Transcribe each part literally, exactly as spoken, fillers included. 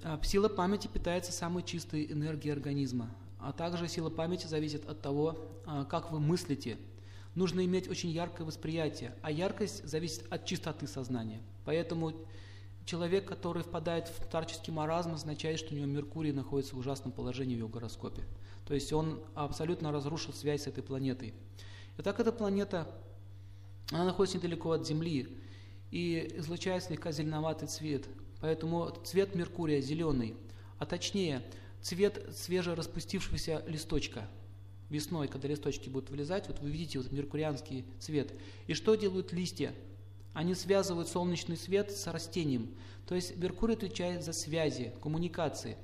Сила памяти питается самой чистой энергией организма, а также сила памяти зависит от того, как вы мыслите. Нужно иметь очень яркое восприятие, а яркость зависит от чистоты сознания. Поэтому человек, который впадает в старческий маразм, означает, что у него Меркурий находится в ужасном положении в его гороскопе. То есть он абсолютно разрушил связь с этой планетой. Итак, эта планета, она находится недалеко от Земли и излучает слегка зеленоватый цвет. Поэтому цвет Меркурия зеленый, а точнее цвет свежераспустившегося листочка. Весной, когда листочки будут вылезать, вот вы видите вот меркурианский цвет. И что делают листья? Они связывают солнечный свет с растением. То есть Меркурий отвечает за связи, коммуникации.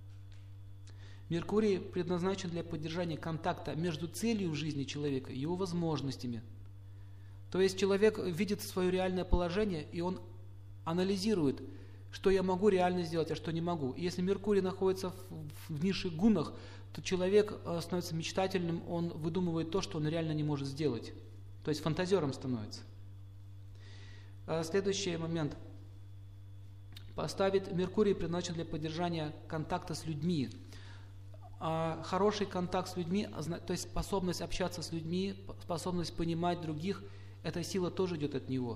Меркурий предназначен для поддержания контакта между целью жизни человека и его возможностями. То есть человек видит свое реальное положение, и он анализирует, что я могу реально сделать, а что не могу. И если Меркурий находится в, в низших гунах, то человек становится мечтательным, он выдумывает то, что он реально не может сделать. То есть фантазером становится. Следующий момент. Поставить Меркурий предназначен для поддержания контакта с людьми. Хороший контакт с людьми, то есть способность общаться с людьми, способность понимать других, эта сила тоже идет от него.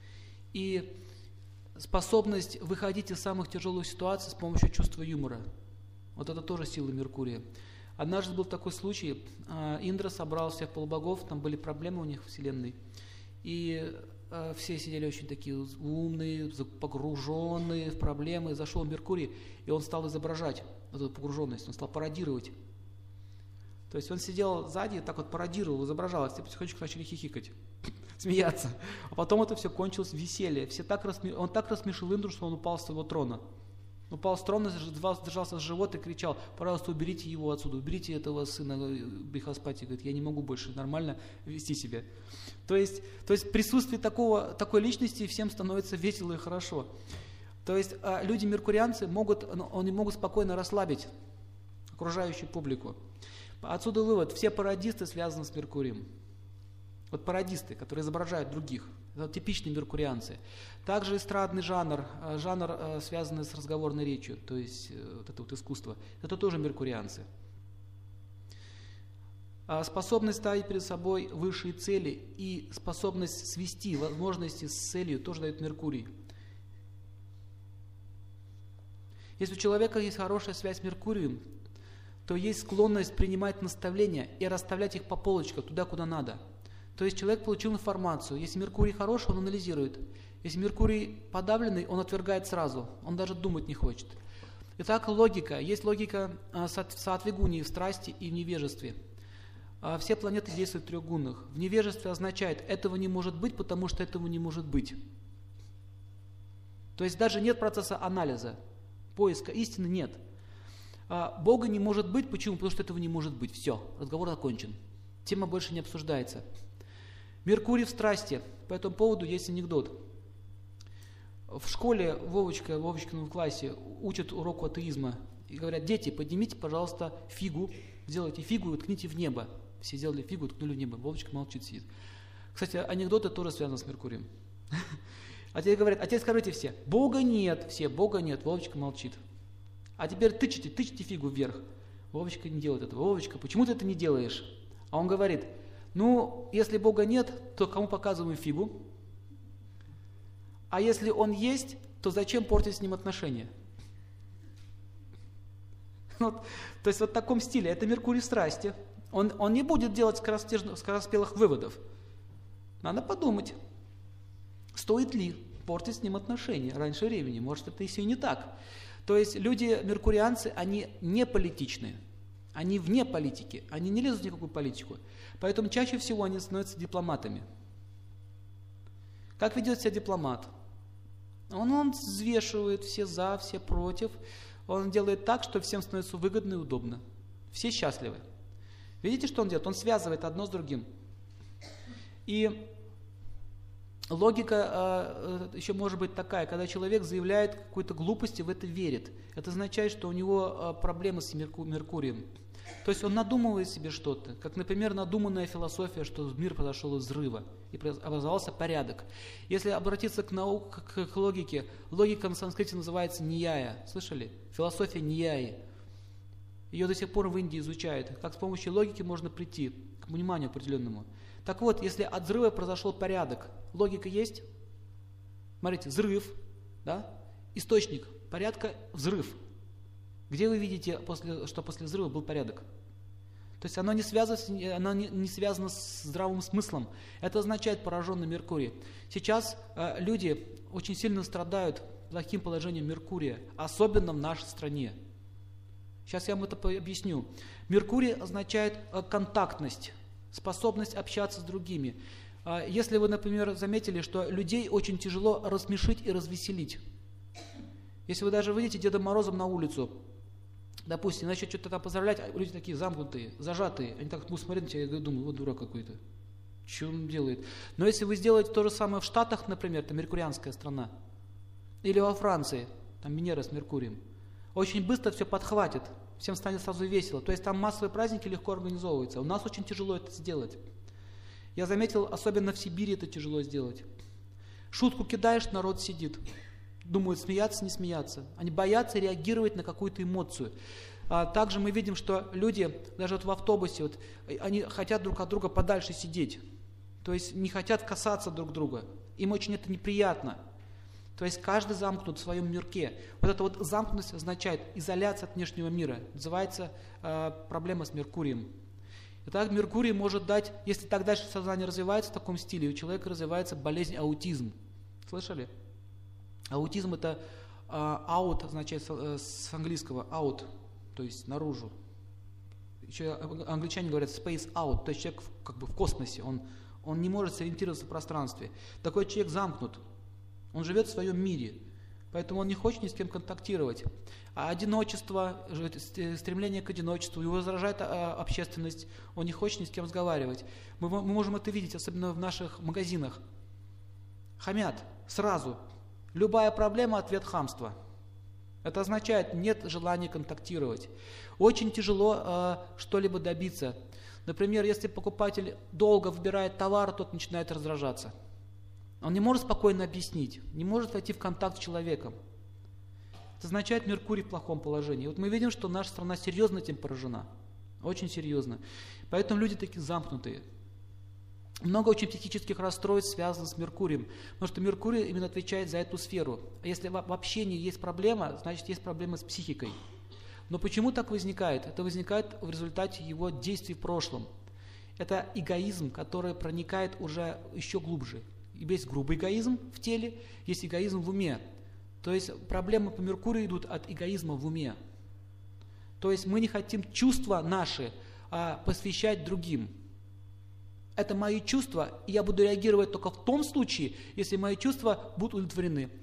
И способность выходить из самых тяжелых ситуаций с помощью чувства юмора. Вот это тоже сила Меркурия. Однажды был такой случай, Индра собрал всех полубогов, там были проблемы у них в Вселенной, и все сидели очень такие умные, погруженные в проблемы, и зашел Меркурий, и он стал изображать эту погруженность, он стал пародировать. То есть он сидел сзади, так вот пародировал, изображал, все потихонечку начали хихикать, смеяться. А потом это все кончилось в веселье. Все так рассме... Он так рассмешил Индру, что он упал с своего трона. Упал с трона, держался с живота и кричал: пожалуйста, уберите его отсюда, уберите этого сына Брихаспати. Говорит, я не могу больше нормально вести себя. То есть, то есть присутствие такого, такой личности всем становится весело и хорошо. То есть люди-меркурианцы могут, они могут спокойно расслабить окружающую публику. Отсюда вывод, все пародисты связаны с Меркурием. Вот пародисты, которые изображают других, это типичные меркурианцы. Также эстрадный жанр, жанр, связанный с разговорной речью, то есть вот это вот искусство, это тоже меркурианцы. Способность ставить перед собой высшие цели и способность свести возможности с целью тоже дает Меркурий. Если у человека есть хорошая связь с Меркурием, то есть склонность принимать наставления и расставлять их по полочкам туда, куда надо. То есть человек получил информацию. Если Меркурий хороший, он анализирует. Если Меркурий подавленный, он отвергает сразу. Он даже думать не хочет. Итак, логика. Есть логика в саттве-гуне, в страсти и в невежестве. Все планеты действуют в трех гунах. В невежестве означает, этого не может быть, потому что этого не может быть. То есть даже нет процесса анализа, поиска истины нет. Бога не может быть, почему? Потому что этого не может быть. Все, разговор окончен. Тема больше не обсуждается. Меркурий в страсти. По этому поводу есть анекдот. В школе Вовочка, в Вовочкином классе учат уроку атеизма. И говорят: дети, поднимите, пожалуйста, фигу, сделайте фигу и ткните в небо. Все сделали фигу, ткнули в небо. Вовочка молчит, сидит. Кстати, анекдоты тоже связаны с Меркурием. А теперь говорят: а теперь скажите все: Бога нет. Все: Бога нет. Вовочка молчит. А теперь тычите, тычите фигу вверх. Вовочка не делает этого. Вовочка, почему ты это не делаешь? А он говорит: ну, если Бога нет, то кому показываем фигу? А если Он есть, то зачем портить с Ним отношения? Вот, то есть вот в таком стиле. Это Меркурий в страсти. Он, он не будет делать скороспелых выводов. Надо подумать, стоит ли портить с Ним отношения раньше времени. Может, это еще и не так. То есть люди-меркурианцы, они не политичные. Они вне политики, они не лезут в никакую политику. Поэтому чаще всего они становятся дипломатами. Как ведет себя дипломат? Он, он взвешивает все за, все против. Он делает так, что всем становится выгодно и удобно. Все счастливы. Видите, что он делает? Он связывает одно с другим. И логика э, еще может быть такая, когда человек заявляет какой-то глупости, в это верит. Это означает, что у него э, проблемы с Мерку- Меркурием. То есть он надумывает себе что-то, как, например, надуманная философия, что мир произошел из взрыва и образовался порядок. Если обратиться к науке, к, к логике, логика на санскрите называется нияя. Слышали? Философия нияи. Ее до сих пор в Индии изучают, как с помощью логики можно прийти к пониманию определенному. Так вот, если от взрыва произошел порядок, логика есть? Смотрите, взрыв, да? Источник порядка – взрыв. Где вы видите, после, что после взрыва был порядок? То есть оно не связано, оно не, не связано с здравым смыслом. Это означает пораженный Меркурий. Сейчас э, люди очень сильно страдают плохим положением Меркурия, особенно в нашей стране. Сейчас я вам это объясню. Меркурий означает э, контактность, способность общаться с другими. Э, если вы, например, заметили, что людей очень тяжело рассмешить и развеселить. Если вы даже выйдете Дедом Морозом на улицу, допустим, начнет что-то там поздравлять, а люди такие замкнутые, зажатые, они так будут смотреть на тебя и думают, вот дурак какой-то, что он делает. Но если вы сделаете то же самое в Штатах, например, это меркурианская страна, или во Франции, там Венера с Меркурием, очень быстро все подхватит, всем станет сразу весело. То есть там массовые праздники легко организовываются. У нас очень тяжело это сделать. Я заметил, особенно в Сибири это тяжело сделать. Шутку кидаешь, народ сидит. Думают, смеяться, не смеяться. Они боятся реагировать на какую-то эмоцию. А также мы видим, что люди, даже вот в автобусе, вот, они хотят друг от друга подальше сидеть. То есть не хотят касаться друг друга. Им очень это неприятно. То есть каждый замкнут в своем мирке. Вот эта вот замкнутость означает изоляция от внешнего мира. Называется э, проблема с Меркурием. Итак, Меркурий может дать, если так дальше сознание развивается в таком стиле, у человека развивается болезнь аутизм. Слышали? Аутизм это out, uh, означает uh, с английского out, то есть наружу. Еще англичане говорят space out, то есть человек в, как бы в космосе, он, он не может сориентироваться в пространстве. Такой человек замкнут, он живет в своем мире, поэтому он не хочет ни с кем контактировать. А одиночество, стремление к одиночеству, его раздражает uh, общественность, он не хочет ни с кем разговаривать. Мы, мы можем это видеть, особенно в наших магазинах. Хамят сразу. Любая проблема – ответ хамства. Это означает, нет желания контактировать. Очень тяжело э, что-либо добиться. Например, если покупатель долго выбирает товар, тот начинает раздражаться. Он не может спокойно объяснить, не может войти в контакт с человеком. Это означает, Меркурий в плохом положении. Вот мы видим, что наша страна серьезно этим поражена. Очень серьезно. Поэтому люди такие замкнутые. Много очень психических расстройств связано с Меркурием, потому что Меркурий именно отвечает за эту сферу. А если в общении есть проблема, значит есть проблема с психикой. Но почему так возникает? Это возникает в результате его действий в прошлом. Это эгоизм, который проникает уже еще глубже. Есть грубый эгоизм в теле, есть эгоизм в уме. То есть проблемы по Меркурию идут от эгоизма в уме. То есть мы не хотим чувства наши а, посвящать другим. Это мои чувства, и я буду реагировать только в том случае, если мои чувства будут удовлетворены.